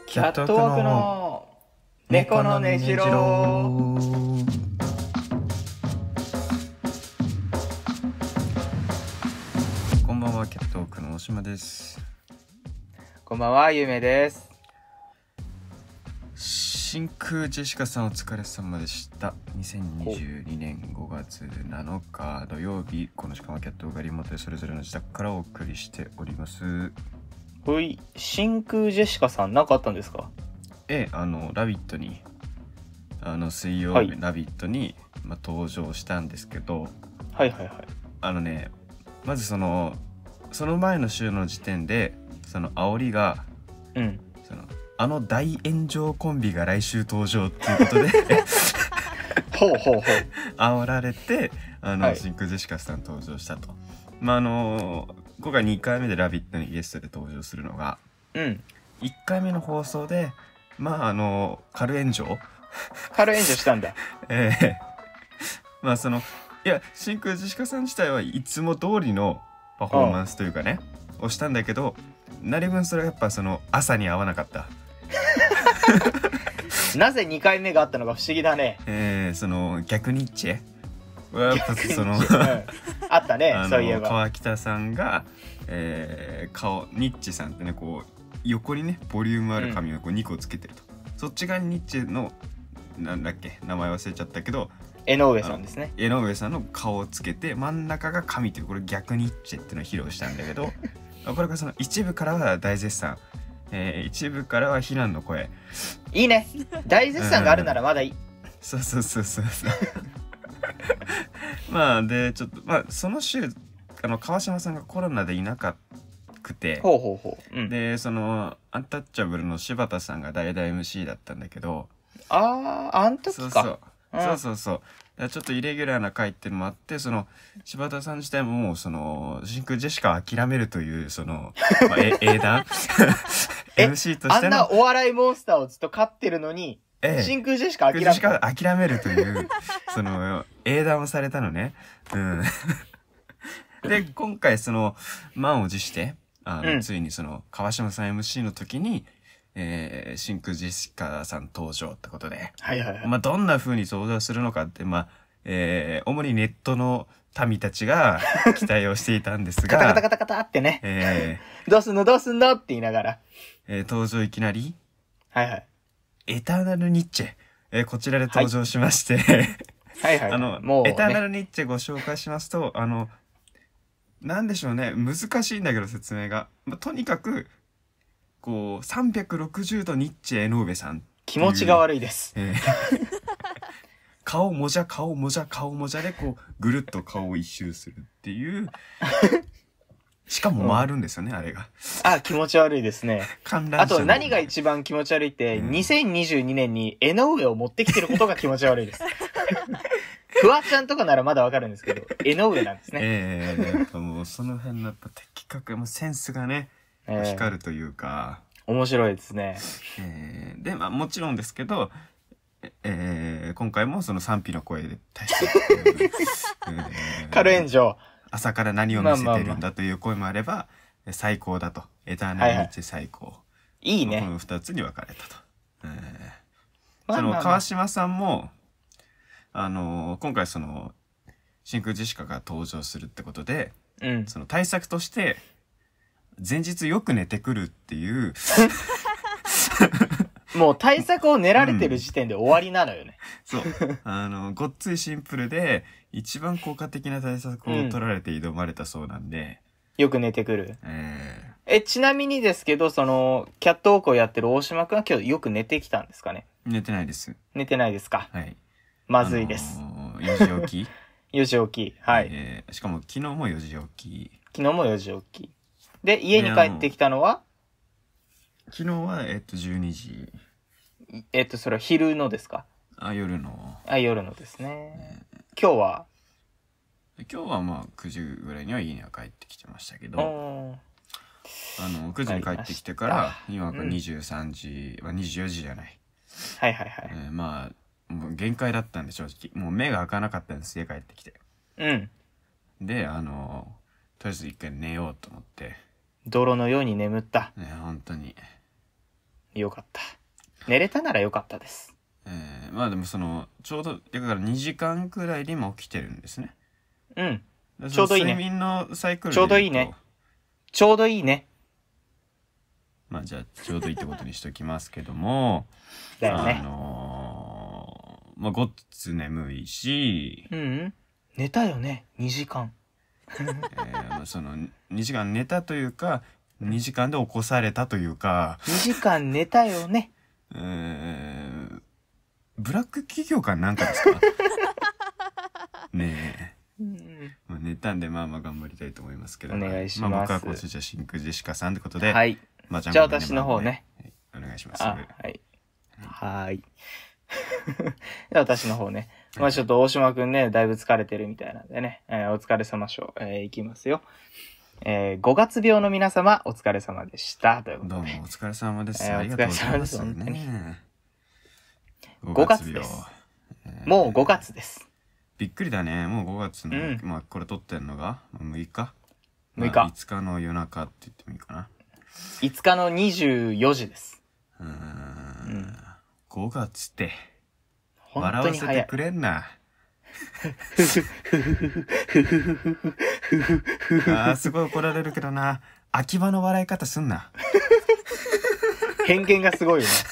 キャットワークの猫のねじろ。 こんばんは、キャットワークの大島です。 こんばんは、ゆめです。 真空ジェシカさんお疲れ様でした。2022年5月7日土曜日、この時間はキャットワークがリモートでそれぞれの自宅からお送りしております。 ほい、真空ジェシカさん何かあったんですか？ ラビットに水曜日、 はい、 ラビットに、登場したんですけど、 はいはいはい。 まずその前の週の時点でその煽りが、大炎上コンビが来週登場っていうことでほうほうほう煽られてはい、 真空ジェシカさん登場したと。今回2回目でラビットにゲストで登場するのが、1回目の放送で軽炎上したんだ。 真空ジェシカさん自体はいつも通りのパフォーマンスというかね、をしたんだけど、なりぶんそれはやっぱその朝に合わなかった。 なぜ2回目があったのか不思議だね。 その逆ニッチェはやっぱそのあったね、そういえば川北さんが、ニッチさんってね、こう横にねボリュームある髪をこう2個つけてると、そっちがニッチのなんだっけ、名前忘れちゃったけど、 江上さんですね。 江上さんの顔をつけて真ん中が髪という、これ逆ニッチェっていうのを披露したんだけどこれがその一部からは大絶賛、一部からは非難の声。 いいね、大絶賛があるならまだいい。 そうでちょっとその週川島さんがコロナでいなかくて、でそのアンタッチャブルの柴田さんが代打 MC だったんだけど、 あん時か。 そうちょっとイレギュラーな回っていうのもあって、その柴田さん自体ももうその真空ジェシカを諦めるというその、英断MC としてのあんなお笑いモンスターをずっと飼ってるのに、真空ジェシカ諦めるというその英断をされたのね。で今回その満を持してついにその川島さん MC の時に、真空ジェシカさん登場ってことで、どんな風に登場するのかって、主にネットの民たちが期待をしていたんですがカタカタってね、どうすんのって言いながら、 登場いきなりエターナルニッチェ、こちらで登場しまして、もう、エターナルニッチェご紹介しますと、なんでしょうね、難しいんだけど説明が、とにかくこう360度ニッチェ江上さん、 気持ちが悪いです、 顔もじゃでこうぐるっと顔を一周するっていうしかも回るんですよね、あれが。 気持ち悪いですね。あと何が一番気持ち悪いって、2022年に江上を持ってきてることが気持ち悪いです。フワちゃんとかならまだわかるんですけど、江上なんですね。 もうその辺のやっぱ的確なセンスがね、光るというか、 面白いですね。 でもちろんですけど、今回もその賛否の声で対して軽炎上、 朝から何を見せてるんだという声もあれば、最高だと、エターナルニッチェ最高、 いいね、 この2つに分かれたと。その川島さんも今回その真空ジェシカが登場するってことで、その対策として前日よく寝てくるっていうもう対策を練られてる時点で終わりなのよね。 そうごっついシンプルで一番効果的な対策を取られて挑まれたそうなんで、 よく寝てくる。ちなみにですけど、そのキャットウォークをやってる大島くんは今日よく寝てきたんですかね？ 寝てないです。 寝てないですか？ はい。 まずいです。 4時起き 4時起き。はい。 しかも昨日も4時起き。 昨日も4時起き。で、家に帰ってきたのは昨日は12時。 それは昼のですか？ 夜の。 夜のですね。今日は 9時ぐらいには家には帰ってきてましたけど、9時に帰ってきてから今が23時、24時じゃない。もう限界だったんで、正直もう目が開かなかったんです、家帰ってきて。でとりあえず一回寝ようと思って、 泥のように眠った。 本当によかった。寝れたならよかったです。 まあでもちょうど、だから2時間くらいで今起きてるんですね。 うん。ちょうどいいね。 睡眠のサイクルでちょうどいいね。ちょうどいいね。 まあじゃあちょうどいいってことにしときますけども。 だよね。 まあごっつ眠いし。 うん。寝たよね、2時間。 2時間寝たというか、2時間で起こされたというか。 2時間寝たよね。 ブラック企業かなんかですかねえ。まあ、寝たんでまあまあ頑張りたいと思いますけど。 お願いします。 まあ僕はこうじゃ真空ジェシカさんってことで。 はい。 まあ、 じゃあ私の方ね。 はい、お願いします。 はい。はい。じゃあ私の方ね。まあちょっと大島くんね、だいぶ疲れてるみたいなんでね。お疲れ様賞、いきますよ。5月病の皆様、お疲れ様でした。ということで。 どうもお疲れ様です。 ありがとうございます。 本当に。 5月です。もう5月です。 びっくりだね。もう5月の、まあこれ撮ってんのが6日 ?6 日。 5日の夜中って言ってもいいかな。 5日の24時です。 5月って、 本当に早い。 笑わせてくれんな。すごい怒られるけどな。秋葉の笑い方すんな。 偏見がすごいよね。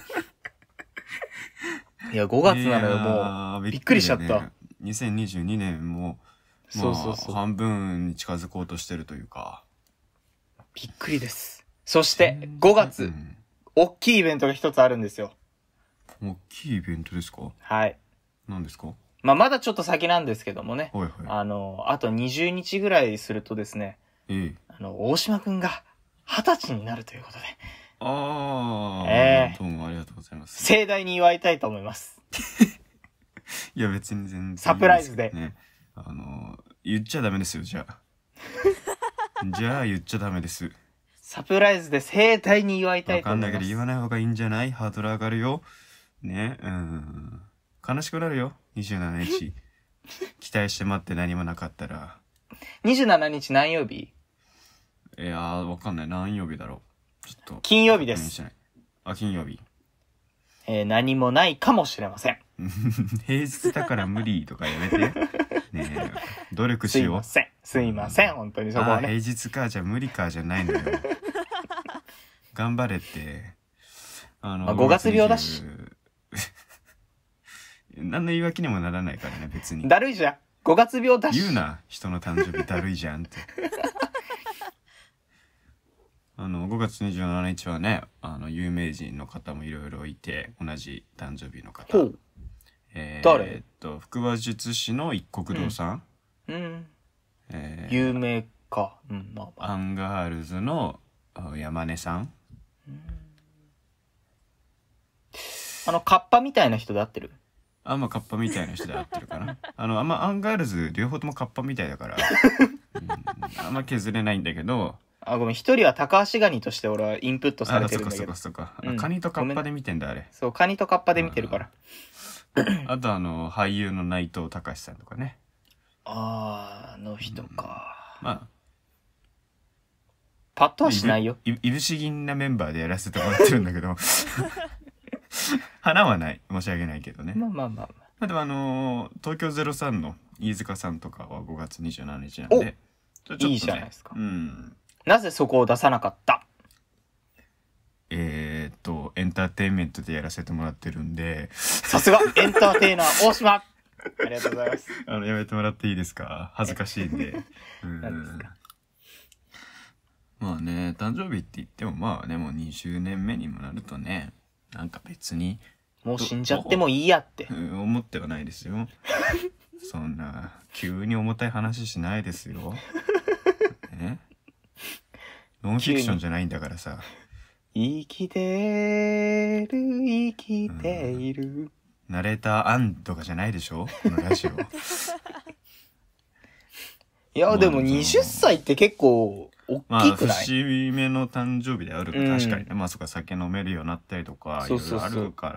いや、5月なのよ、もう。びっくりしちゃった。 2022年も、そう半分に近づこうとしてるというか。 びっくりです。そして、5月、大きいイベントが一つあるんですよ。 大きいイベントですか？ はい。 何ですか？ まあ、まだちょっと先なんですけどもね。 はいはい。 あと20日ぐらいするとですね、大島くんが20歳になるということで。 どうもありがとうございます。 盛大に祝いたいと思います。 いや別に全然。 サプライズで。 ね、言っちゃダメですよ、じゃあ。じゃあ言っちゃダメです。 サプライズで盛大に祝いたいと思います。 わかんないけど言わない方がいいんじゃない？ハードル上がるよ。ね、悲しくなるよ。27日。期待して待って何もなかったら。 27日何曜日？ いやー、わかんない。何曜日だろう。ちょっと。 金曜日です。 金曜日。 何もないかもしれません。 平日だから無理とかやめて。ねえ、努力しよう。 すいません、本当にそこはね。 平日か、じゃあ無理か、じゃないのよ。頑張れって。 5月病だし。 何の言い訳にもならないからね、別に。 だるいじゃん。5月病だし。 言うな、人の誕生日だるいじゃんって。5月27日はね、有名人の方もいろいろいて、同じ誕生日の方。 誰？ 腹話術師の一国堂さん。 有名か。 アンガールズの山根さん。 カッパみたいな人で合ってる？ カッパみたいな人で合ってるかな。アンガールズ両方ともカッパみたいだから、あんま削れないんだけど。 ごめん、一人は高橋ガニとして俺はインプットされてるんだけど。 そうか。カニとカッパで見てんだ、あれ。 そう、カニとカッパで見てるから。 あと俳優の内藤隆さんとかね。 あの人か。 まあ。 パッとはしないよ。 いぶし銀なメンバーでやらせてもらってるんだけど。花はない。申し訳ないけどね。 まあでも東京03の飯塚さんとかは5月27日なんで。 いいじゃないですか。なぜそこを出さなかった？ エンターテインメントでやらせてもらってるんで。 さすがエンターテイナー大島。ありがとうございます。 やめてもらっていいですか？恥ずかしいんで。 何ですか？ まあね、誕生日って言ってもまあね、もう20年目にもなるとね、なんか別に。 もう死んじゃってもいいやって。 思ってはないですよ。そんな、急に重たい話しないですよ。ノンフィクションじゃないんだからさ。 生きてる、生きている。 ナレーターアンとかじゃないでしょこのラジオ。 いや、でも20歳って結構大きくない？ 節目の誕生日であるから、確かにね。そっか、酒飲めるようになったりとか、いろいろあるから、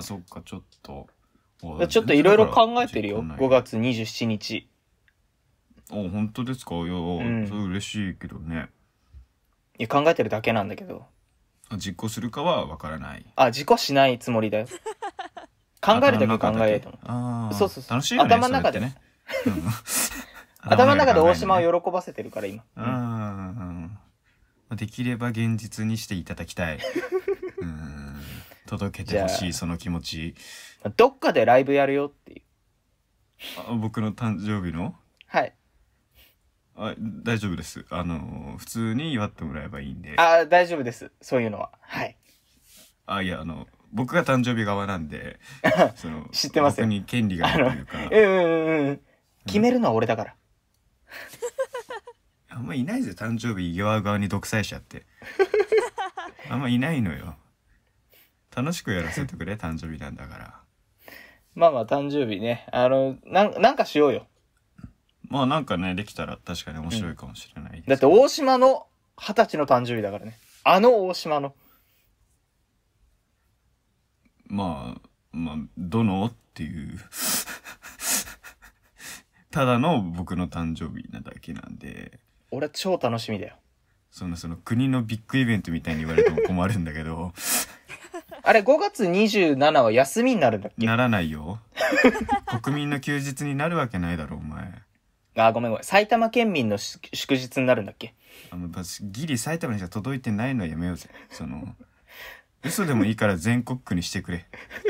そっか、ちょっといろいろ考えてるよ。5月27日。 本当ですか？いや、それ嬉しいけどね。 いや、考えてるだけなんだけど。 実行するかはわからない。 実行しないつもりだよ。考えるだけ考えようと思う。そうそうそう。 楽しいよね。 頭の中でね。頭の中で大島を喜ばせてるから今。 できれば現実にしていただきたい。届けてほしいその気持ち。 どっかでライブやるよっていう。 僕の誕生日の？ はい。 大丈夫です。普通に祝ってもらえばいいんで。 大丈夫です。そういうのは。はい。 いや、僕が誕生日側なんで、 知ってますよ。 僕に権利があるというか。 決めるのは俺だから。 あんまいないぜ、誕生日祝う側に独裁者って。あんまいないのよ。楽しくやらせてくれ、誕生日なんだから。 まあ誕生日ね。なんかしようよ。 まあなんかね、できたら確かに面白いかもしれないです、 だって大島の20歳の誕生日だからね。大島の。 まあ、どのっていう。ただの僕の誕生日なだけなんで。 俺は超楽しみだよ。 その国のビッグイベントみたいに言われても困るんだけど。 あれ5月27は休みになるんだっけ？ ならないよ。国民の休日になるわけないだろお前。 ごめん。埼玉県民の祝日になるんだっけ？ ギリ埼玉にしか届いてないのはやめようぜ。嘘でもいいから全国区にしてくれ。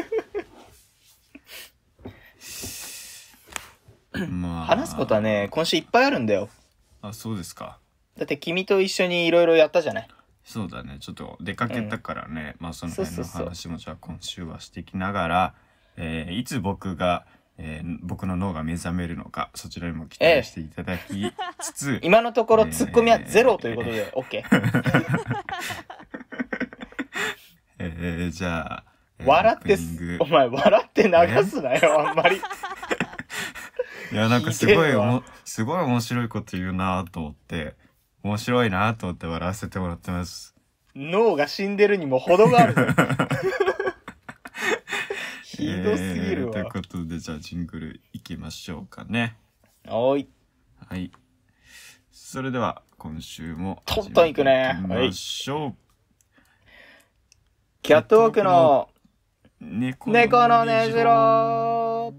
話すことはね、今週いっぱいあるんだよ。 そうですか。 だって君と一緒にいろいろやったじゃない。 そうだね。ちょっと出かけたからね。その辺の話もじゃあ今週はしていきながら、いつ僕の脳が目覚めるのか、そちらにも期待していただきつつ、 今のところツッコミはゼロということで OK。 じゃあ、 笑ってお前笑って流すなよ、あんまり。 いや、なんかすごい面白いこと言うなと思って、面白いなと思って笑わせてもらってます。 脳が死んでるにも程がある。ひどすぎるわ。 ということで、じゃあジングルいきましょうかね。 はい。 それでは、今週もトントンいくね。 行きましょう。 キャットウォークの猫のねじろ。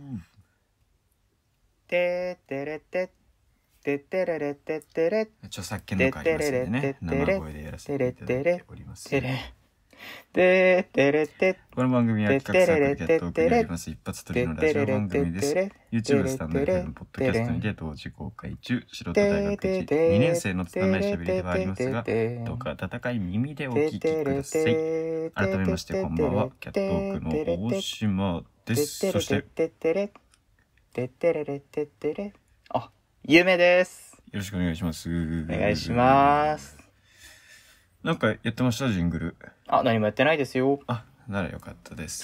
てってれてててれれててれ。 著作権の会ありますんでね、生声でやらせていただいております。この番組は企画サークルキャットウォークにあります一発撮りのラジオ番組です。YouTube スタンド FM ポッドキャストにて同時公開中。素人大学1、2年生の拙いしゃべりではありますが、どうか温かい耳でお聞きください。改めましてこんばんは、キャットウォークの大島です。そしてゆめです。 よろしくお願いします。 お願いします。 なんかやってましたジングル。 何もやってないですよ。 ならよかったです。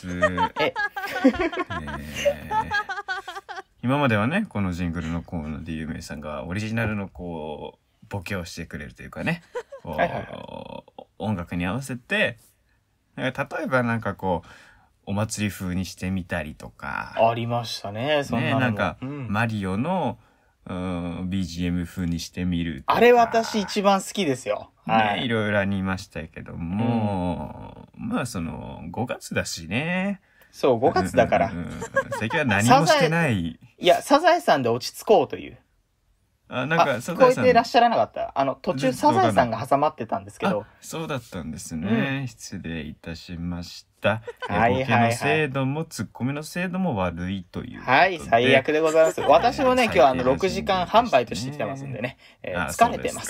今まではね、このジングルのコーナーでゆめさんがオリジナルのボケをしてくれるというかね、音楽に合わせて、例えばなんかお祭り風にしてみたりとか。 ありましたね、そんなのも。 なんか、マリオのBGM 風にしてみるとか。 あれ私一番好きですよ。 いろいろありましたけども、5月だしね。 そう、5月だから。 最近は何もしてない。 いや、サザエさんで落ち着こうという。 なんか聞こえてらっしゃらなかった。途中サザエさんが挟まってたんですけど。 そうだったんですね。失礼いたしました。ボケの精度もツッコミの精度も悪いという。 最悪でございます。私もね、今日6時間半バイトしてきてますんでね。疲れてます。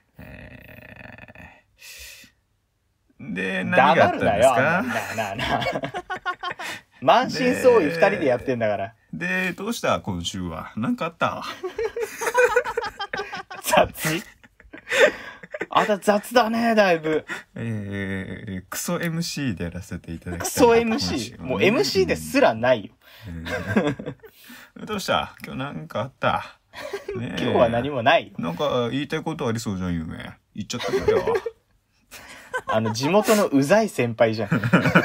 で、何があったんですか？ 満身創痍2人でやってんだから。 で、どうした今週は。なんかあった？ 雑だね、だいぶ。 クソ MC でやらせていただきたい。 クソ MC？ もう MC ですらないよ。 どうした今日なんかあった？ 今日は何もない。 なんか言いたいことありそうじゃん、ゆめ。言っちゃったけど。 地元のうざい先輩じゃん。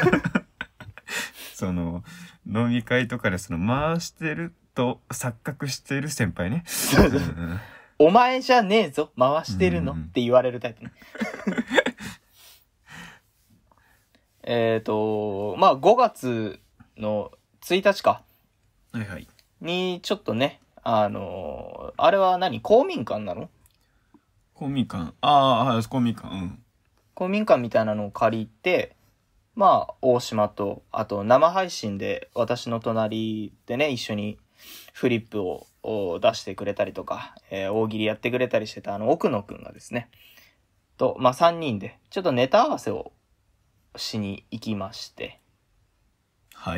飲み会とかで回してると錯覚してる先輩ね。 お前じゃねえぞ、回してるのって言われるタイプね。 まあ5月の1日か。 はいはい。 に、ちょっとね、あれは公民館なの？ 公民館。ああ、公民館。うん。 公民館みたいなのを借りて、まあ、大島と、あと生配信で私の隣でね、一緒にフリップを出してくれたりとか、大喜利やってくれたりしてた奥野くんがですね、と、まあ3人で、ちょっとネタ合わせをしに行きまして。 はい。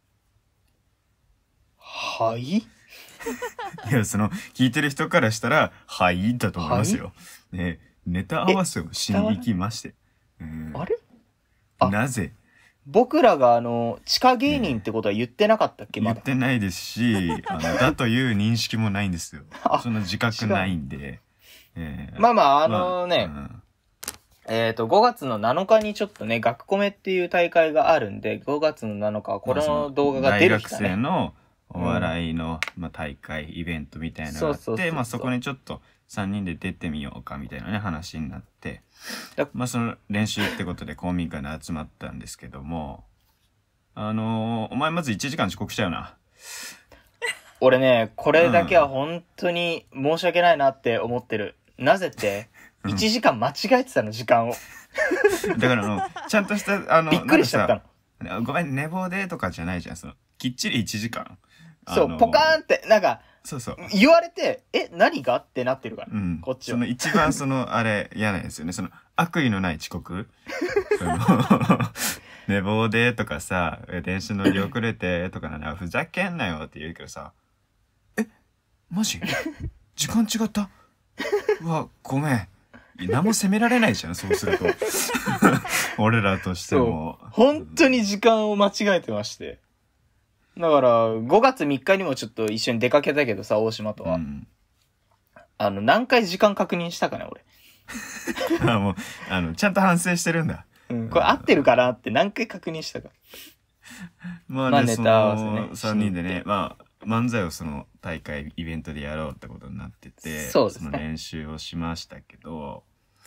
はい？いや、聞いてる人からしたら、はいだと思いますよ。はい、ね、ネタ合わせをしに行きまして。 あれ？ なぜ？ 僕らが地下芸人ってことは言ってなかったっけ？ 言ってないですし、だという認識もないんですよ。その自覚ないんで。 まあまあ、ね、5月の7日にちょっとね、学コメっていう大会があるんで、5月の7日はこの動画が出る日だね。 大学生のお笑いの、大会、イベントみたいなのがあって、そこにちょっと3人で出てみようかみたいなね、話になって、その練習ってことで公民館に集まったんですけども、お前まず1時間遅刻したよな。 俺ね、これだけは本当に申し訳ないなって思ってる。なぜって、1時間間違えてたの、時間を。 だからちゃんとした、 びっくりしちゃったの。ごめん、寝坊でとかじゃないじゃん。きっちり1時間。 そう、ポカーンって、 そうそう。 言われて、何がってなってるから、こっちは。 一番あれ、嫌なんですよね。悪意のない遅刻。寝坊でとかさ、電車乗り遅れてとかふざけんなよって言うけどさ、マジ？時間違った？うわ、ごめん。何も責められないじゃん、そうすると。俺らとしても。 本当に時間を間違えてまして。だから、5月3日にもちょっと一緒に出かけたけどさ、大島とは。何回時間確認したかね、 俺。もう、ちゃんと反省してるんだ。 これ合ってるかなって何回確認したか。 まあ、ネタ合わせね。3人でね、漫才を大会イベントでやろうってことになってて、 そうですね、 その練習をしましたけど、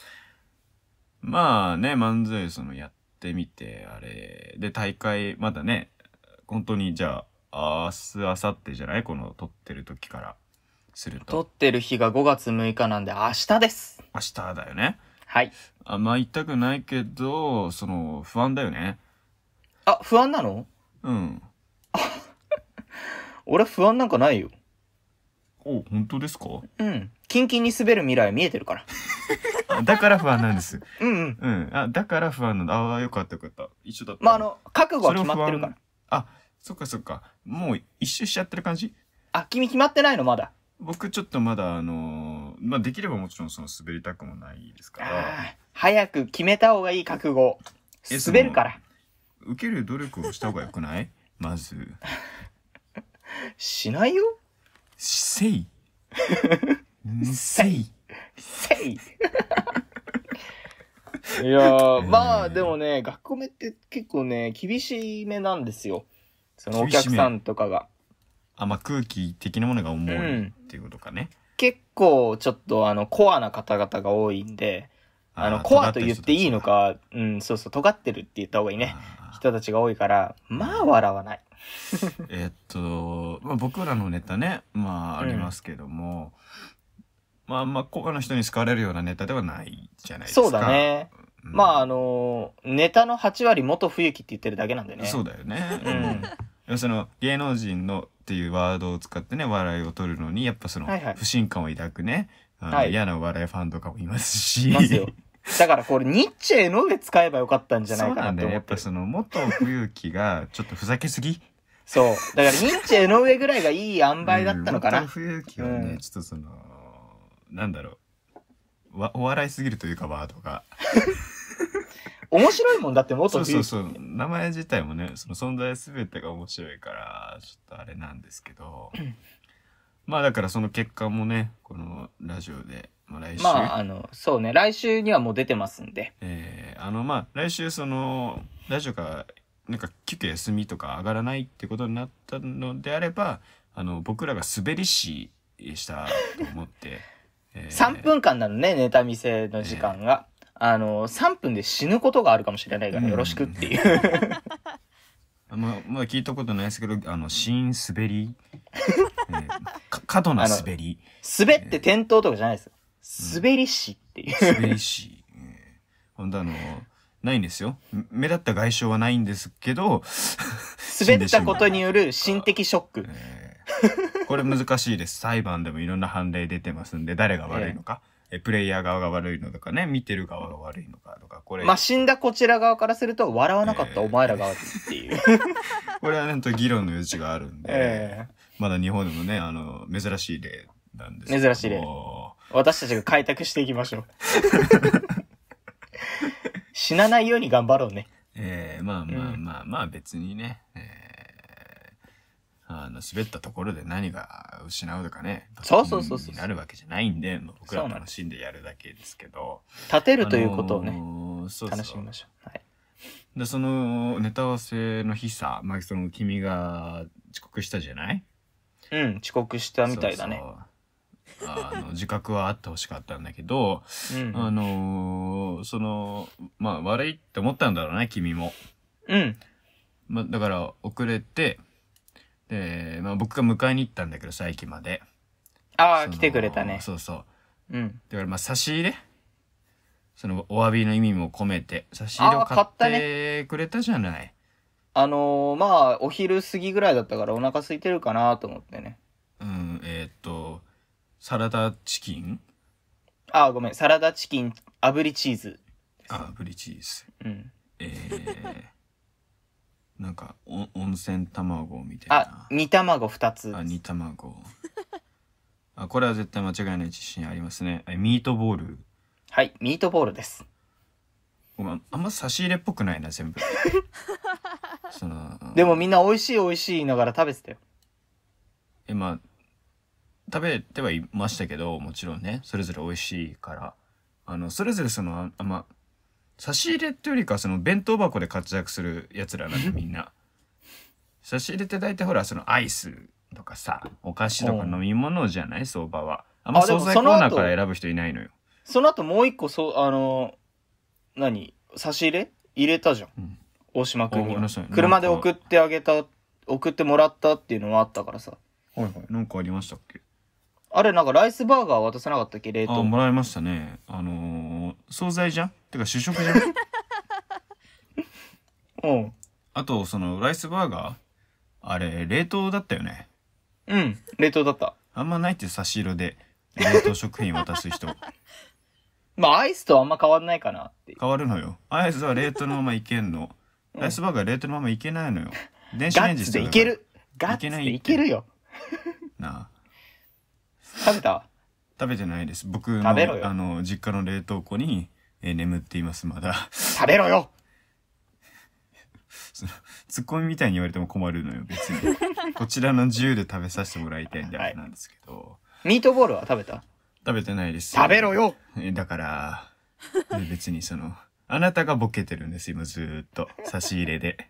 まあね、漫才やってみて、あれ、で大会まだね、本当にじゃあ、明日、明後日じゃない？この撮ってる時からすると。 撮ってる日が5月6日なんで明日です。 明日だよね。 はい。 言いたくないけど、不安だよね。 あ、不安なの？ うん。 俺不安なんかないよ。 お、本当ですか？ うん。キンキンに滑る未来見えてるから。 だから不安なんです。 うんうん。 だから不安なんだ。ああ、よかったよかった。一緒だった。 まあ、覚悟は決まってるから。 あ、そっかそっか。もう一周しちゃってる感じ？ あ、君決まってないのまだ。 僕ちょっとまだできればもちろん滑りたくもないですから。 早く決めた方がいい覚悟。滑るから。 受ける努力をした方がよくない？まず。 しないよ。 せい。せい。 せい。いやー、まあでもね、学校目って結構ね、厳しめなんですよ。お客さんとかが。 空気的なものが重いっていうことかね。 結構ちょっとコアな方々が多いんで、コアと言っていいのか、そうそう、尖ってるって言った方がいいね。人たちが多いから、まあ笑わない。 僕らのネタね、ありますけども、コアな人に好かれるようなネタではないじゃないですか。 そうだね。ネタの8割元冬樹って言ってるだけなんでね。 そうだよね。芸能人のっていうワードを使ってね、笑いを取るのに、やっぱ不信感を抱くね、嫌な笑いファンとかもいますし。いますよ。だからこれ、ニッチェ江上使えばよかったんじゃないかなって思って。 そうなんだよ。やっぱ元冬樹がちょっとふざけすぎ。 そう。だからニッチェ江上ぐらいがいい塩梅だったのかな。 元冬樹はね、ちょっとなんだろう。お笑いすぎるというか、ワードが。 面白いもんだって元冬樹。 そう。名前自体もね、存在すべてが面白いから、ちょっとあれなんですけど。だからその結果もね、このラジオで、来週。 そうね、来週にはもう出てますんで。 来週ラジオが、急遽休みとか上がらないってことになったのであれば、僕らが滑りししたと思って。 3分間なのね、ネタ見せの時間が。 3分で死ぬことがあるかもしれないからよろしくっていう。 まだ聞いたことないですけど、新滑り、過度な滑り。 滑って転倒とかじゃないですよ。滑り死っていう。 滑り死。ほんとないんですよ。目立った外傷はないんですけど、 滑ったことによる心的ショック。 これ難しいです。裁判でもいろんな判例出てますんで、誰が悪いのか。プレイヤー側が悪いのとかね、見てる側が悪いのかとか、これ。 まあ、死んだこちら側からすると、笑わなかったお前らが悪いっていう。 これはね、議論の余地があるんで、まだ日本でもね、珍しい例なんですけど。 珍しい例。私たちが開拓していきましょう。死なないように頑張ろうね。 まあ別にね、滑ったところで何が失うとかね。 そう。 になるわけじゃないんで、僕ら楽しんでやるだけですけど。 立てるということをね、楽しみましょう。はい。 で、そのネタ合わせの日さ、君が遅刻したじゃない？ うん、遅刻したみたいだね。 自覚はあってほしかったんだけど、悪いって思ったんだろうね、君も。 うん。 だから遅れて、で、僕が迎えに行ったんだけどさ、駅まで。 来てくれたね。 そう。 うん。 だから差し入れ、お詫びの意味も込めて差し入れを買ってくれたじゃない。 お昼過ぎぐらいだったからお腹空いてるかなと思ってね。 サラダチキン？ ごめん、サラダチキン、炙りチーズ。 炙りチーズ。 うん。 なんか温泉卵みたいな。 煮卵2つ。 煮卵。これは絶対間違いない自信ありますね。ミートボール。 はい、ミートボールです。 あんま差し入れっぽくないな、全部。 でもみんな美味しい言いながら食べてたよ。 食べてはいましたけど、もちろんね、それぞれ美味しいから。それぞれ差し入れってよりか弁当箱で活躍するやつらなんでみんな。差し入れって大体ほらアイスとかさ、お菓子とか飲み物じゃない？相場は。あんま惣菜コーナーから選ぶ人いないのよ。 その後もう一個差し入れたじゃん。大島君には。車で送ってもらったっていうのもあったからさ。 はい。なんかありましたっけ？ あれライスバーガー渡さなかったっけ？冷凍。 もらいましたね。惣菜じゃん？てか主食じゃん？ うん。 あとライスバーガーあれ冷凍だったよね。 うん、冷凍だった。 あんまないって差し色で冷凍食品渡す人。 アイスとあんま変わんないかなって。 変わるのよ。アイスは冷凍のままいけんの。ライスバーガー冷凍のままいけないのよ。電子レンジでいける。ガッツでいけるよ。 なあ。 食べた？ 食べてないです。僕の実家の冷凍庫に、眠っていますまだ。 食べろよ。 ツッコミみたいに言われても困るのよ別に。こちらの自由で食べさせてもらいたいんであれなんですけど。 ミートボールは食べた？ 食べてないです。 食べろよ。 だから別にあなたがボケてるんです今ずーっと差し入れで。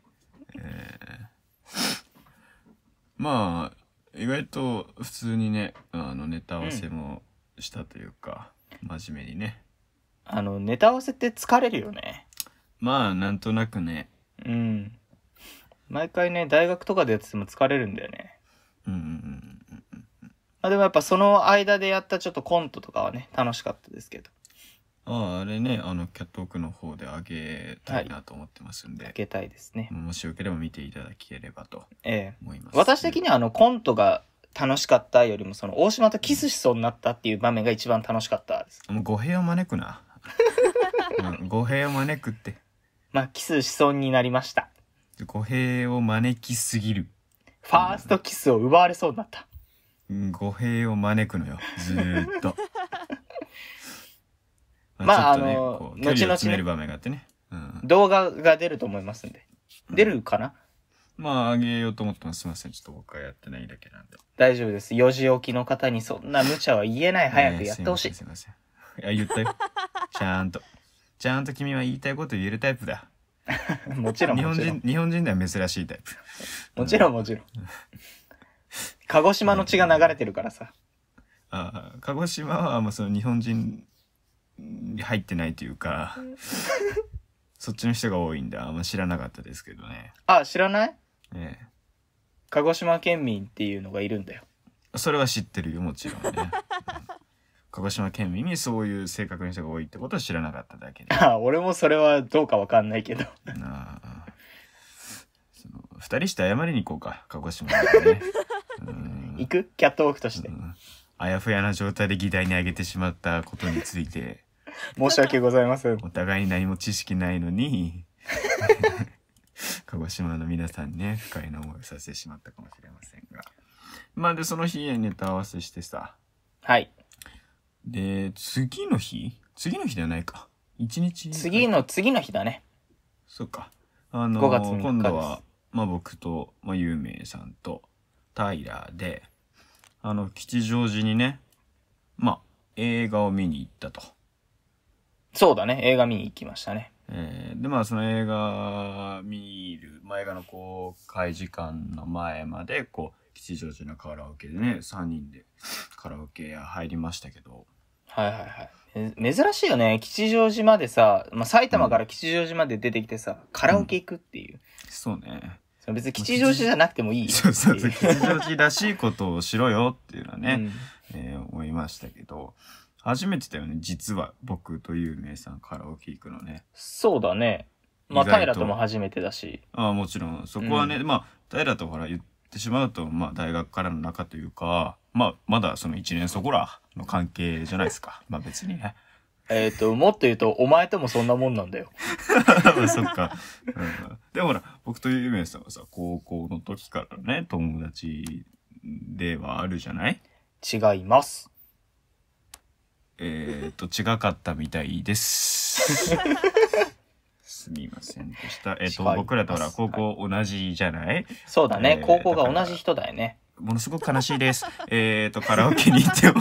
意外と普通にね、ネタ合わせもしたというか、真面目にね。 ネタ合わせって疲れるよね。 なんとなくね。 うん。毎回ね、大学とかでやってても疲れるんだよね。でもやっぱその間でやったちょっとコントとかはね、楽しかったですけど。 あれね、キャットオークの方であげたいなと思ってますんで。 あげたいですね。 もしよければ見ていただければと思います。 私的にはコントが楽しかったよりも、大島とキスしそうになったっていう場面が一番楽しかったです。 もう語弊を招くな。語弊を招くって。 キスしそうになりました。 語弊を招きすぎる。 ファーストキスを奪われそうになった。 語弊を招くのよ、ずーっと。 後 々詰める場面があってね。 動画が出ると思いますんで。出るかな？ あげようと思ってます。すいません。ちょっと僕はやってないだけなんで。 大丈夫です。4時起きの方にそんな無茶は言えない。早くやってほしい。 すいません。言ったよ。ちゃんと君は言いたいこと言えるタイプだ。 もちろん。 日本人では珍しいタイプ。 もちろん。鹿児島の血が流れてるからさ。 鹿児島は日本人入ってないというかそっちの人が多いんであんま知らなかったですけどね。 あ、知らない？ ええ。 鹿児島県民っていうのがいるんだよ。 それは知ってるよ、もちろんね。鹿児島県民にそういう性格の人が多いってことは知らなかっただけで。 あ、俺もそれはどうかわかんないけど。 ああ。二人して謝りに行こうか、鹿児島でね。 行く？キャットウォークとして。 あやふやな状態で議題に挙げてしまったことについて。 申し訳ございません。 お互いに何も知識ないのに、鹿児島の皆さんにね、不快な思いをさせてしまったかもしれませんが。まあで、その日ネタ合わせしてさ。 はい。 で、次の日ではないか。一日次の日だね。 そっか。 5月3日です。 今度は、まあ僕と、まあ、ゆうめいさんと、タイラーで、吉祥寺にね、まあ、映画を見に行ったと。 そうだね。映画見に行きましたね。 で、まあ、その映画見る、映画の公開時間の前まで、吉祥寺のカラオケでね、3人でカラオケ屋入りましたけど。 はいはいはい。珍しいよね。吉祥寺までさ、まあ、埼玉から吉祥寺まで出てきてさ、カラオケ行くっていう。 そうね。 別に吉祥寺じゃなくてもいい。 そうそうそう。吉祥寺らしいことをしろよっていうのはね、思いましたけど。初めてだよね、実は僕とゆうめいさんカラオケ行くのね。 そうだね。まあ平とも初めてだし。 ああ、もちろんそこはね、まあ平とほら言ってしまうと、まあ大学からの仲というか、まあまだその1年そこらの関係じゃないですか。まあ別にね。 もっと言うとお前ともそんなもんなんだよ。 そっか、でもほら僕とゆうめいさんはさ、高校の時からね友達ではあるじゃない？ 違います。 違かったみたいです。すみませんでした。僕らとほら、高校同じじゃない？ そうだね、高校が同じ人だよね。 ものすごく悲しいです。カラオケに行っても。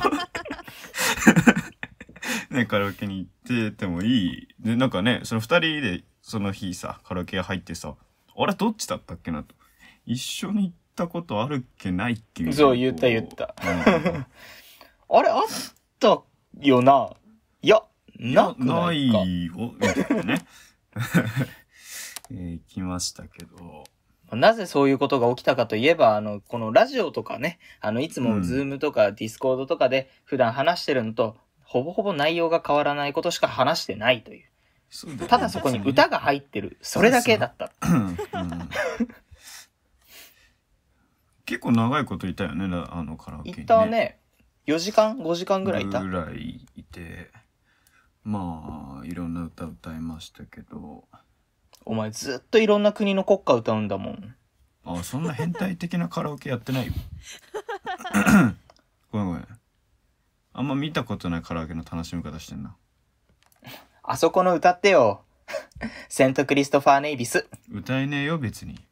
ね、カラオケに行っててもいい。で、なんかね、その二人でその日さ、カラオケ入ってさ、あれどっちだったっけなと。一緒に行ったことあるっけないっけ？ そう、言った。あれあったよな。いや、 ないよ。みたいなね。来ましたけど。 なぜそういうことが起きたかといえば、このラジオとかね、いつもズームとかディスコードとかで普段話してるのと、ほぼほぼ内容が変わらないことしか話してないという。ただそこに歌が入ってる。それだけだった。 結構長いこといたよね、カラオケにね。 いたね。4時間 ?5 時間ぐらいいた？ ぐらいいて、まあ、いろんな歌歌いましたけど。 お前ずっといろんな国の国歌歌うんだもん。 あ、そんな変態的なカラオケやってないよ。ごめん。あんま見たことないカラオケの楽しみ方してんな。 あそこの歌ってよ。セントクリストファー・ネイビス。 歌えねえよ、別に。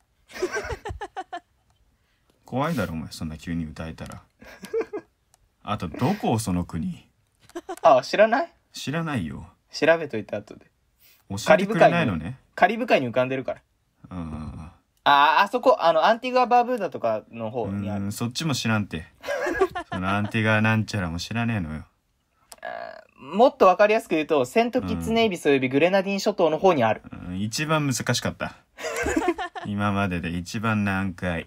怖いだろ、お前、そんな急に歌えたら。あと、どこその国？ あ、知らない？ 知らないよ。 調べといた後で。 教えてくれないのね。 カリブ海に浮かんでるから。あそこ、アンティグア・バーブーダとかの方にある。 そっちも知らんて。そのアンティグアなんちゃらも知らねえのよ。 もっとわかりやすく言うと、セントキッツネイビスおよびグレナディン諸島の方にある。 一番難しかった。今までで一番難解。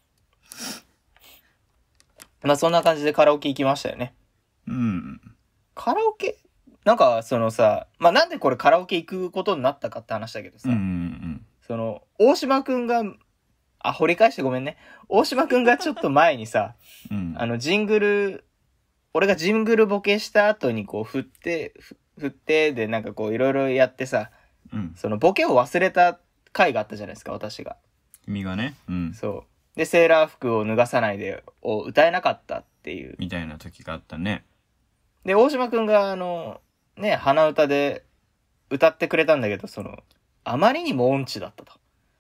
まあそんな感じでカラオケ行きましたよね。カラオケなんかそのさ、まあなんでこれカラオケ行くことになったかって話だけどさ、その大島くんが掘り返してごめんね。大島くんがちょっと前にさ、ジングル、俺がジングルボケした後にこう振ってでなんかこういろいろやってさ、そのボケを忘れた回があったじゃないですか、私が。 君がね。 そう。で、セーラー服を脱がさないでを歌えなかったっていう。 みたいな時があったね。 で、大島くんがね、鼻歌で歌ってくれたんだけど、あまりにも音痴だったと。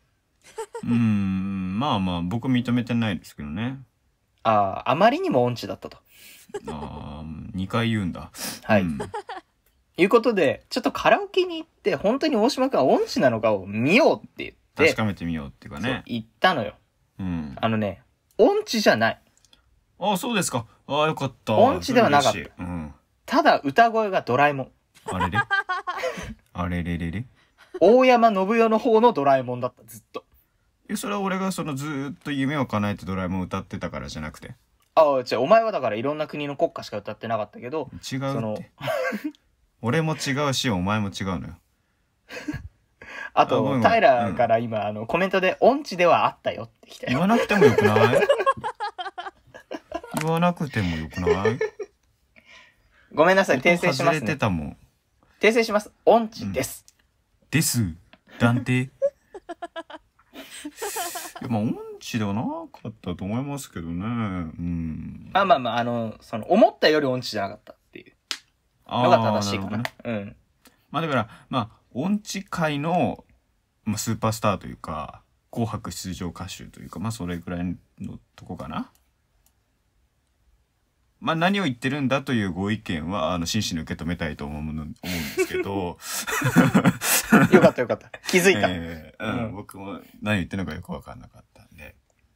まあまあ、僕認めてないですけどね。 あまりにも音痴だったと。 2回言うんだ。 はい。いうことで、ちょっとカラオケに行って、本当に大島くんは音痴なのかを見ようって言って。 確かめてみようっていうかね。 言ったのよ。音痴じゃない。 あ、そうですか。よかった。 音痴ではなかった。ただ歌声がドラえもん。 あれれあれれれれ大山信代の方のドラえもんだった、ずっと。 それは俺がそのずーっと夢を叶えてドラえもん歌ってたからじゃなくて。 違う、お前はだからいろんな国の国歌しか歌ってなかったけど。 違うって。俺も違うし、お前も違うのよ。 あと、平から今、コメントで音痴ではあったよって来たよ。 言わなくてもよくない言わなくてもよくないごめんなさい、訂正しますね。 外れてたもん。 訂正します。音痴です。 です。断定。いや、まあ、音痴ではなかったと思いますけどね。うん。 まあ、思ったより音痴じゃなかったっていうのが正しいかな。うん。 まあ、だから、まあ、音痴界の、まあ、スーパースターというか、紅白出場歌手というか、まあ、それぐらいのとこかな。まあ、何を言ってるんだというご意見は真摯に受け止めたいと思うんですけどよかったよかった、気づいた、僕も何言ってるのかよく分かんなかったんで、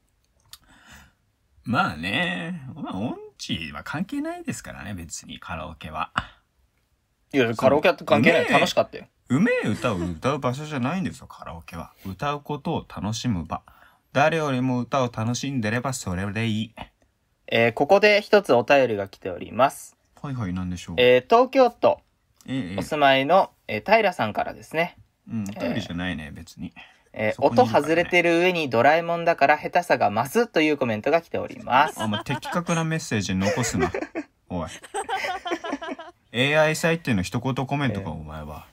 まあね、まあ音痴は関係ないですからね、別にカラオケは。 いや、カラオケって関係ない、楽しかったよ。 うめえ歌を歌う場所じゃないんですよ、カラオケは。歌うことを楽しむ場。誰よりも歌を楽しんでればそれでいい。 ここで一つお便りが来ております。 はいはい、なんでしょう。 東京都お住まいの、平さんからですね。 お便りじゃないね、別に。 音外れてる上にドラえもんだから下手さが増すというコメントが来ております。 的確なメッセージ残すな。おい。AI 採点の一言コメントか、お前は。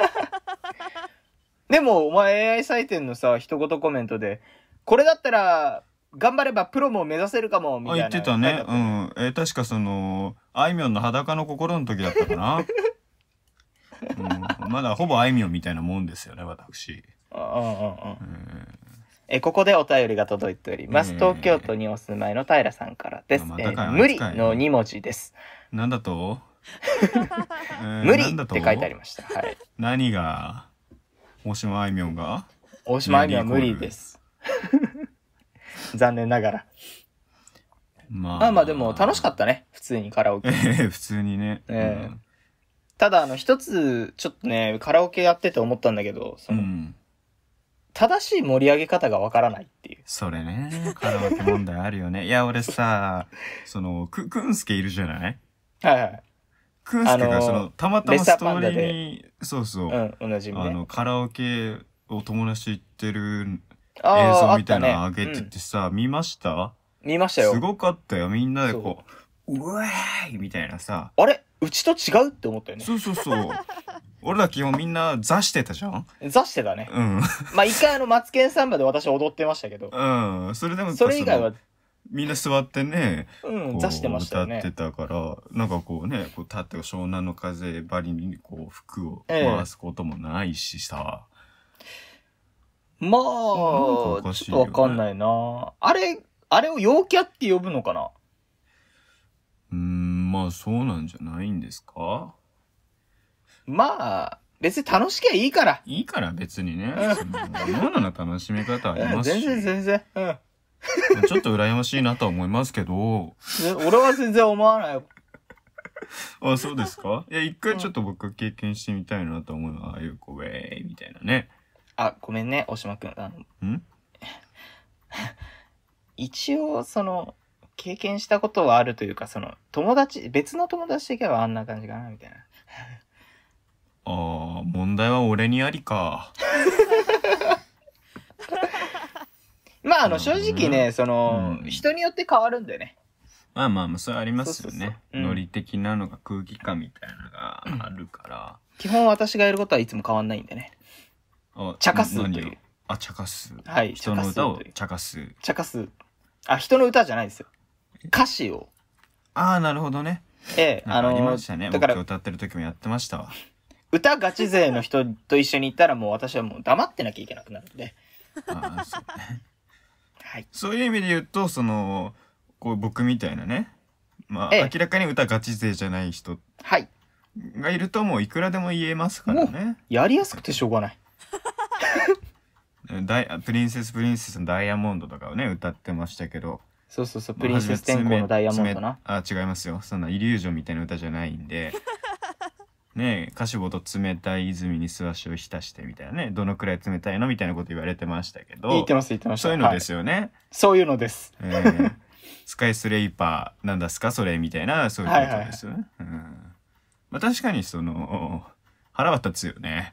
でも、お前 AI 採点のさ、一言コメントで、これだったら、頑張ればプロも目指せるかも、みたいな。 言ってたね。うん。確かあいみょんの裸の心の時だったかな。まだほぼあいみょんみたいなもんですよね、私。 ここでお便りが届いております。東京都にお住まいの平さんからです。無理の2文字です。 なんだと無理って書いてありました。はい。 何が大島あいみょんが大島あいみょんは無理です。残念ながら。まあでも楽しかったね。普通にカラオケ。 普通にね。 ただ一つちょっとね、カラオケやってて思ったんだけど、正しい盛り上げ方がわからないっていう。 それね、カラオケ問題あるよね。いや、俺さ、くんすけいるじゃない？ はいはい。 くんすけがたまたまストーリーに、そうそう。 同じね。 カラオケを友達行ってる映像みたいなの上げててさ、見ました？ 見ましたよ。 すごかったよ。みんなでこう、うわーいみたいなさ。 あれうちと違うって思ったよね。 そう。俺ら基本みんな座してたじゃん？ 座してたね。まあ一回マツケンサンバで私踊ってましたけど。 それでもそれ以外はみんな座ってね、 座してましたよね。 歌ってたから、なんかこうね、こう立って湘南の風ばりにこう服を回すこともないしさ。 まあ、ちょっとわかんないな。あれを陽キャって呼ぶのかな？ まあそうなんじゃないんですか？ まあ、別に楽しきゃいいから。 いいから別にね。世の楽しみ方ありますし。 全然。 ちょっと羨ましいなとは思いますけど。 俺は全然思わないよ。 あ、そうですか？いや、一回ちょっと僕経験してみたいなと思うのは、ああいうウェイみたいなね。 あ、ごめんね、大島くん。一応、経験したことはあるというか、別の友達的にはあんな感じかな、みたいな。 問題は俺にありか。 まあ、正直ね、人によって変わるんだよね。 まあ、それありますよね。ノリ的なのが空気感みたいなのがあるから。 基本私がやることはいつも変わんないんでね。茶化すという。 茶化す。 はい、 人の歌を茶化す。 茶化す。人の歌じゃないですよ。歌詞を。 なるほどね。ありましたね。僕歌ってる時もやってましたわ。 歌ガチ勢の人と一緒に行ったらもう私はもう黙ってなきゃいけなくなるんで。 そうね。 はい。 そういう意味で言うと、こう僕みたいなね、まあ、明らかに歌ガチ勢じゃない人がいるともういくらでも言えますからね。 やりやすくてしょうがない。 プリンセスのダイヤモンドとかをね、歌ってましたけど。 そう、プリンセス天候のダイヤモンドな。 違いますよ。そんなイリュージョンみたいな歌じゃないんで。 ね、カシボと冷たい泉に素足を浸してみたいなね、どのくらい冷たいのみたいなこと言われてましたけど。 言ってました。 そういうのですよね。はい、 そういうのです。 スカイスレイパーなんですかそれみたいな、そういうことですよね。まあ確かに腹は立つよね。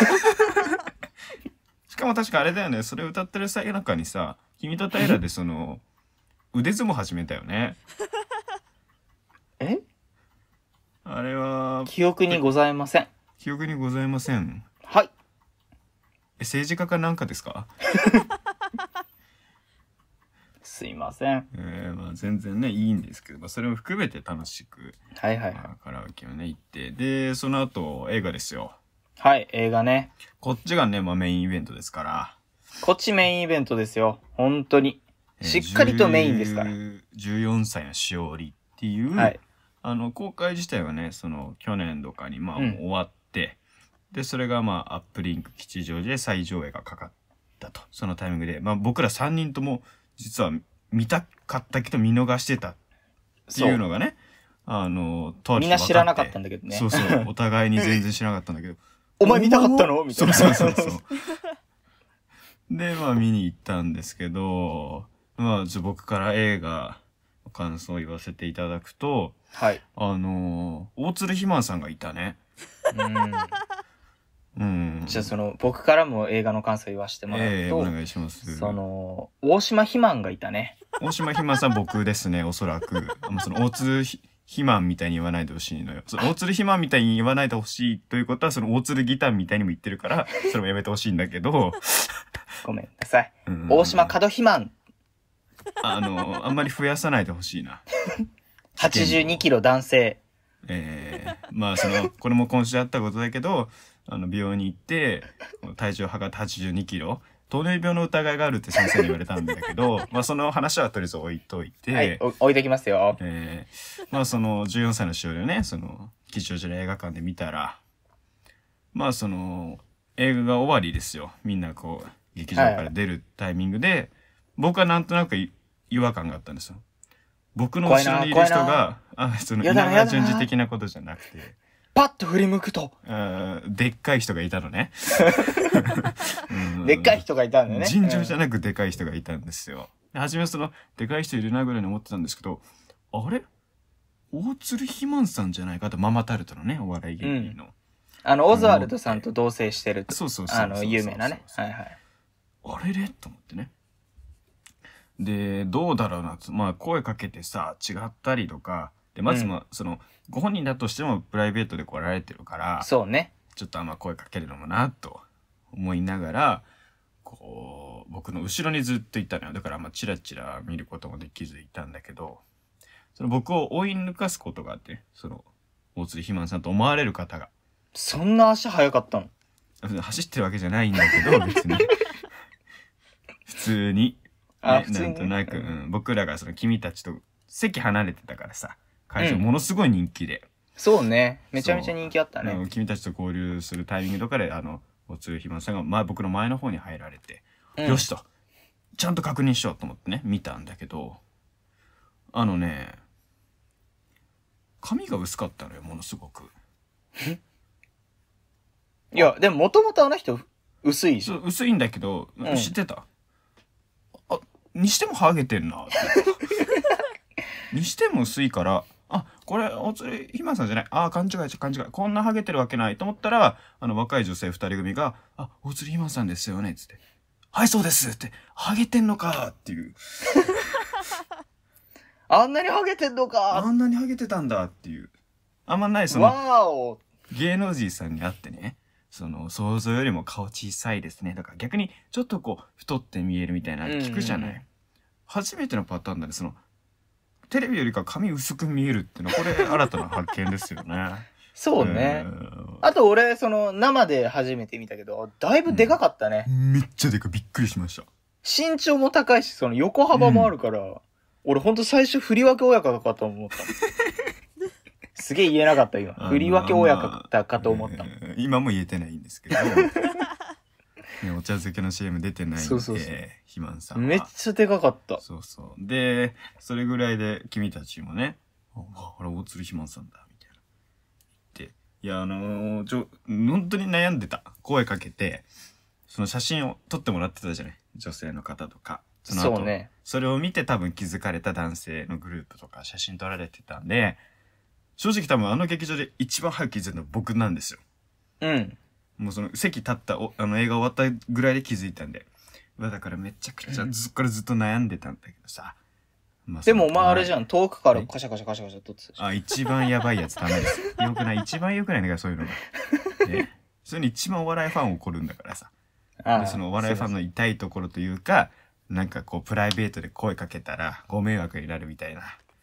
しかも確かあれだよね、それ歌ってる最中にさ、君と平で腕相撲始めたよね。 え？ あれは記憶にございません。 記憶にございません。 はい。 政治家かなんかですか？ すいません。 まあ全然ねいいんですけど、まあ、それも含めて楽しく、 はいはい、 まあ、カラオケをね行って、でその後映画ですよ。 はい、映画ね。 こっちがね、まあ、メインイベントですから。 こっちメインイベントですよ。本当に。しっかりとメインですから。 14歳のしおりっていう、はい、公開自体はね、去年とかにまあ終わって、で、それがまあアップリンク吉祥寺で再上映がかかったと。そのタイミングで。まあ僕ら3人とも実は見たかったけど見逃してたっていうのがね、 みんな知らなかったんだけどね。 そうそう。お互いに全然知らなかったんだけど。 お前見たかったのみたいな。 そう。で、まあ見に行ったんですけど、まあ僕から映画の感想を言わせていただくと、 はい。 大鶴ひまんさんがいたね。 じゃあ僕からも映画の感想を言わせてもらうと、 お願いします。 大島ひまんがいたね。 大島ひまんさん僕ですね、おそらく。大鶴ひまんみたいに言わないでほしいのよ。大鶴ひまんみたいに言わないでほしいということは、大鶴ギターみたいにも言ってるから、それもやめてほしいんだけど。 ごめんなさい。大島門ひまん。 あんまり増やさないでほしいな。 82キロ男性。 まあこれも今週あったことだけど、美容に行って、体重を測って82キロ。糖尿病の疑いがあるって先生に言われたんだけど、まあその話はとりあえず置いといて。 はい、置いてきますよ。 まあ14歳のしおりをね、吉祥寺の映画館で見たら、まあ映画が終わりですよ。みんな劇場から出るタイミングで、僕はなんとなく違和感があったんですよ。僕の後ろにいる人が、稲川淳二的なことじゃなくて、 パッと振り向くと、 でっかい人がいたのね。 でっかい人がいたんだよね。 尋常じゃなくでかい人がいたんですよ。初めでかい人いるなぐらいに思ってたんですけど、あれ大鶴ひまんさんじゃないかと、ママタルトのね、お笑い芸人の。 オズワルドさんと同棲してると。 そう。 有名なね。はいはい。 あれれと思ってね。で、どうだろうな。まあ、声かけてさ、違ったりとか。で、まずご本人だとしてもプライベートで来られてるから。 そうね。 ちょっと声かけるのもな、と思いながら、僕の後ろにずっといたのよ。だから、チラチラ見ることもできずいたんだけど、僕を追い抜かすことがあって、大鶴ひまんさんと思われる方が。 そんな足速かったの？走ってるわけじゃないんだけど、別に。普通に。なんとなく、僕らが君たちと席離れてたからさ、会場ものすごい人気で。 そうね。めちゃめちゃ人気あったね。 君たちと交流するタイミングとかで、大鶴ひまんさんが、僕の前の方に入られて、よしと、ちゃんと確認しようと思ってね、見たんだけど、髪が薄かったのよ、ものすごく。 いや、でももともとあの人、薄いじゃん。 薄いんだけど、知ってた？にしてもハゲてんな。にしても薄いから、これ、大鶴ひまんさんじゃない。勘違い。こんなハゲてるわけないと思ったら、若い女性2人組が、大鶴ひまんさんですよね、つって。はい、そうですって、ハゲてんのかっていう。 あんなにハゲてんのかあんなにハゲてたんだっていう。あんまない、芸能人さんに会ってね、想像よりも顔小さいですね。だから逆に、ちょっと太って見えるみたいな聞くじゃない。初めてのパターンだね。テレビよりか髪薄く見えるっていうのは、これ新たな発見ですよね。 そうね。あと俺、生で初めて見たけど、だいぶでかかったね。 めっちゃでかい。びっくりしました。 身長も高いし、横幅もあるから、俺ほんと最初振り分け親方かと思った。すげえ言えなかった今。振り分け親方かと思った。 今も言えてないんですけど。お茶漬けの CM 出てないんで、ひまんさんは。 めっちゃでかかった。 そう。で、それぐらいで君たちもね、あれ大鶴ひまんさんだ、みたいな。言って、 いや、本当に悩んでた。声かけて、その写真を撮ってもらってたじゃない。女性の方とか。その後、 そうね。 それを見て多分気づかれた男性のグループとか写真撮られてたんで、正直多分あの劇場で一番早く気づいたのは僕なんですよ。 うん。 もうその席立った映画終わったぐらいで気づいたんで。だからめちゃくちゃそっからずっと悩んでたんだけどさ。 まあ、でもお前あれじゃん、遠くからカシャカシャカシャカシャ撮ってたじゃん。 一番やばいやつダメです。よくない、一番よくないんだからそういうのが。ね。それに一番お笑いファン怒るんだからさ。そのお笑いファンの痛いところというか、なんかこうプライベートで声かけたらご迷惑になるみたいな。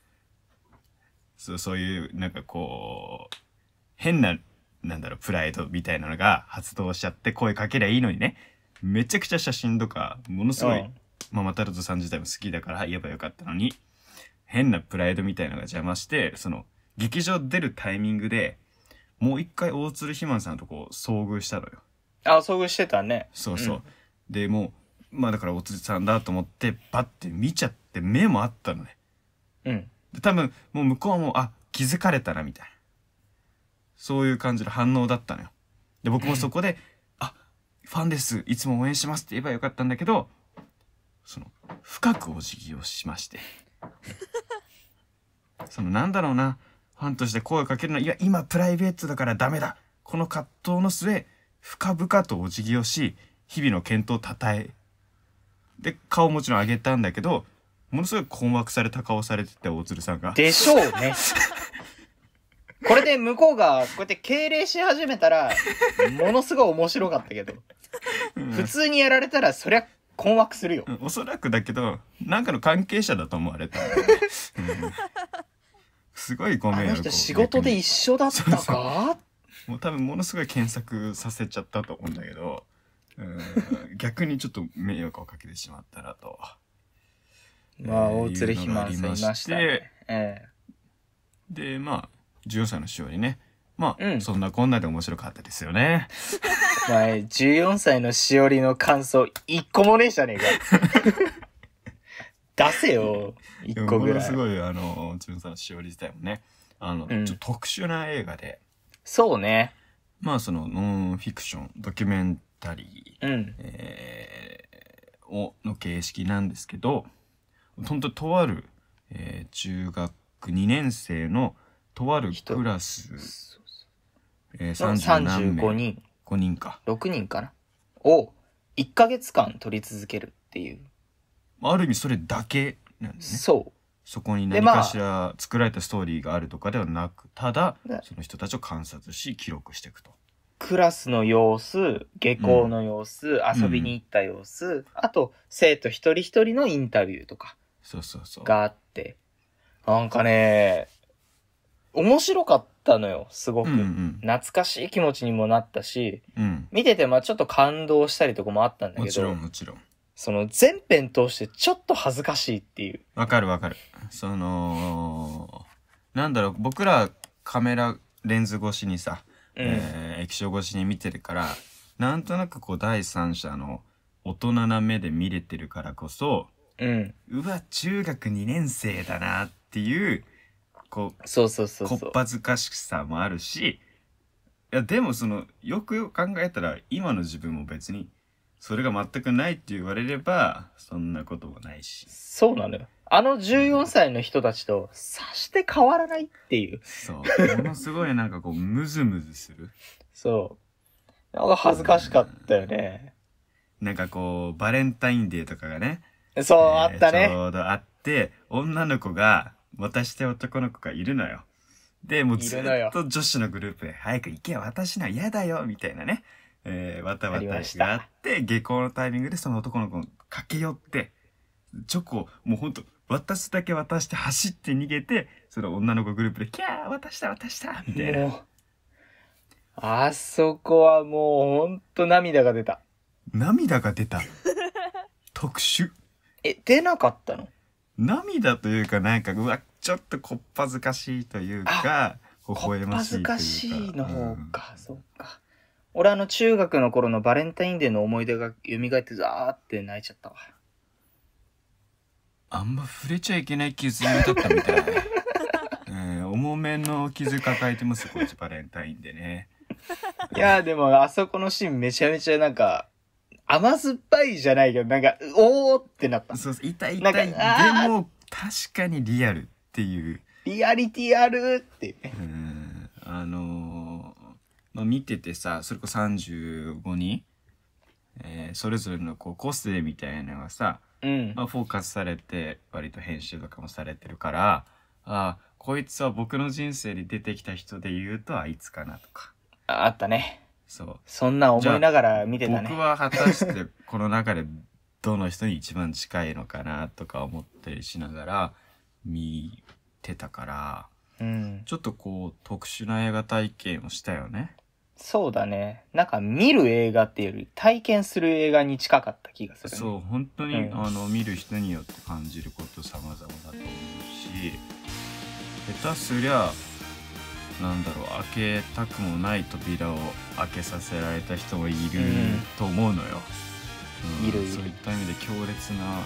そういうなんかこう、変な、プライドみたいなのが発動しちゃって声かけりゃいいのにね。めちゃくちゃ写真とか、ものすごい、ママタルトさん自体も好きだから言えばよかったのに、変なプライドみたいなのが邪魔して、その、劇場出るタイミングで、もう一回大鶴ひまんさんとこう、遭遇したのよ。 遭遇してたね。 そうそう。で、もう、だから大鶴さんだと思って、バッて見ちゃって、目もあったのね。で、多分、もう向こうも、気づかれたな、みたいな。そういう感じの反応だったのよ。で、僕もそこで、ファンです。いつも応援しますって言えばよかったんだけど、深くお辞儀をしまして。ファンとして声をかけるのは、いや、今プライベートだからダメだ。この葛藤の末、深々とお辞儀をし、日々の健闘を称え。で、顔もちろん上げたんだけど、ものすごい困惑された顔されてて、大鶴さんが。 でしょうね。これで向こうがこうやって敬礼し始めたら、ものすごい面白かったけど、普通にやられたらそりゃ困惑するよ。 おそらくだけど、なんかの関係者だと思われた、すごいご迷惑を。 あの人仕事で一緒だったか？ そうもう多分ものすごい検索させちゃったと思うんだけど、逆にちょっと迷惑をかけてしまったなと。 大鶴ひまんさんいましたね。 で、14歳のしおりね。そんなこんなで面白かったですよね。 14歳のしおりの感想、一個もねえじゃねえか。出せよ、一個ぐらい。 ものすごい、14歳のしおり自体もね、ちょっと特殊な映画で。 そうね。 ノンフィクション、ドキュメンタリー、の形式なんですけど、本当とある、中学2年生のとあるクラス、 35人。 5人か。 6人かなを1ヶ月間撮り続けるっていう。 ある意味それだけなんですね。 そう。 そこに何かしら作られたストーリーがあるとかではなく、ただ、その人たちを観察し、記録していくと。 クラスの様子、下校の様子、遊びに行った様子、あと、生徒一人一人のインタビューとか。があって。なんかね、面白かったのよ、すごく。懐かしい気持ちにもなったし、見ててちょっと感動したりとかもあったんだけど、 もちろん。 その全編通してちょっと恥ずかしいっていう。 わかる。僕らカメラレンズ越しにさ、液晶越しに見てるから、なんとなくこう第三者の大人な目で見れてるからこそ、うわ、中学2年生だなっていう、こっぱずかしさもあるし、いや、でもよくよく考えたら、今の自分も別に、それが全くないって言われれば、そんなこともないし。 そうなのよ。あの14歳の人たちと、さして変わらないっていう。 そう。ものすごいムズムズする。 そう。なんか恥ずかしかったよね。 バレンタインデーとかがね。 そう、あったね。 ちょうどあって、女の子が、渡して男の子がいるのよ。で、もうずっと女子のグループで、早く行けよ、私のは嫌だよ、みたいなね。わたわたがあって、下校のタイミングでその男の子に駆け寄って、チョコをもうほんと、渡すだけ渡して走って逃げて、その女の子グループで、キャー渡したみたいな。 あそこはもうほんと涙が出た。 特殊。 出なかったの？ 涙というかうわ、ちょっとこっぱずかしいというか、微笑ましいというか。 こっぱずかしいの方か、そうか。俺中学の頃のバレンタインデーの思い出が蘇ってザーって泣いちゃったわ。 あんま触れちゃいけない傷だったみたい。思重めの傷抱えてますよ、こっちバレンタインでね。 いや、でも、あそこのシーンめちゃめちゃなんか、甘酸っぱいじゃないけど、なんか、おーってなった。 そう、痛い。でも、確かにリアルっていう。 リアリティあるっていうね。 見ててさ、それこそ35人、それぞれのこう個性みたいなのがさ、フォーカスされて、割と編集とかもされてるから、こいつは僕の人生に出てきた人で言うとあいつかなとか。 あったね。 そう。 そんな思いながら見てたね。 僕は果たしてこの中でどの人に一番近いのかなとか思ったりしながら見てたから、ちょっとこう特殊な映画体験をしたよね。 そうだね。なんか見る映画っていうより体験する映画に近かった気がする、ね。 そう、本当に、見る人によって感じること様々だと思うし、下手すりゃなんだろう、開けたくもない扉を開けさせられた人もいると思うのよ。 いる。 そういった意味で強烈な、なんか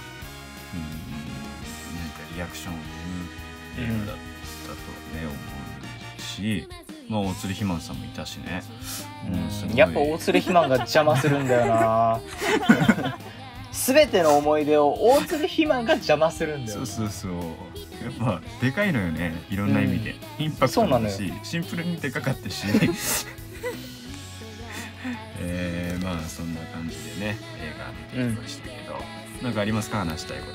リアクションを生む映画だったとね、思うし、大鶴ひまんさんもいたしね。 やっぱ大鶴ひまんが邪魔するんだよな。全ての思い出を大鶴ひまんが邪魔するんだよ。 そう。やっぱでかいのよね、いろんな意味で。インパクトもあるし、シンプルにでかかったし。そんな感じでね、映画見てきましたけど、なんかありますか、話したいこと。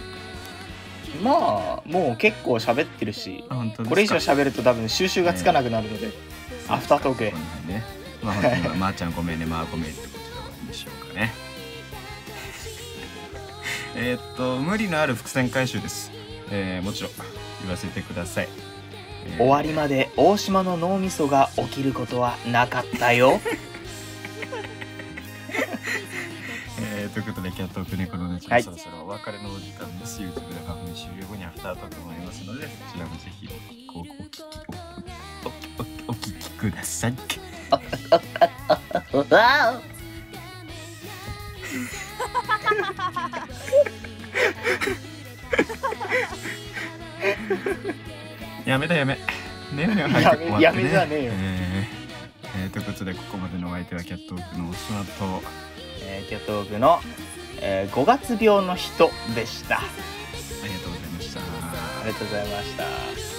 もう結構喋ってるし、これ以上喋ると多分収集がつかなくなるので、アフタートークへ。 ね、本当にまーちゃんごめんね、ごめんってことで終わりにしようかね。無理のある伏線回収です。もちろん言わせてください。 終わりまで大島の脳みそが起きることはなかったよ。 ということでキャットオークネコのね、そろそろお別れのお時間です。YouTube で番組終了後にアフタートークもありますので、そちらもぜひお聞きください。やめ。ねやめじゃねえよ。 ということでここまでのお相手はキャットオークのおしまと、 キャットオークの、5月病の人でした。 ありがとうございました。 ありがとうございました。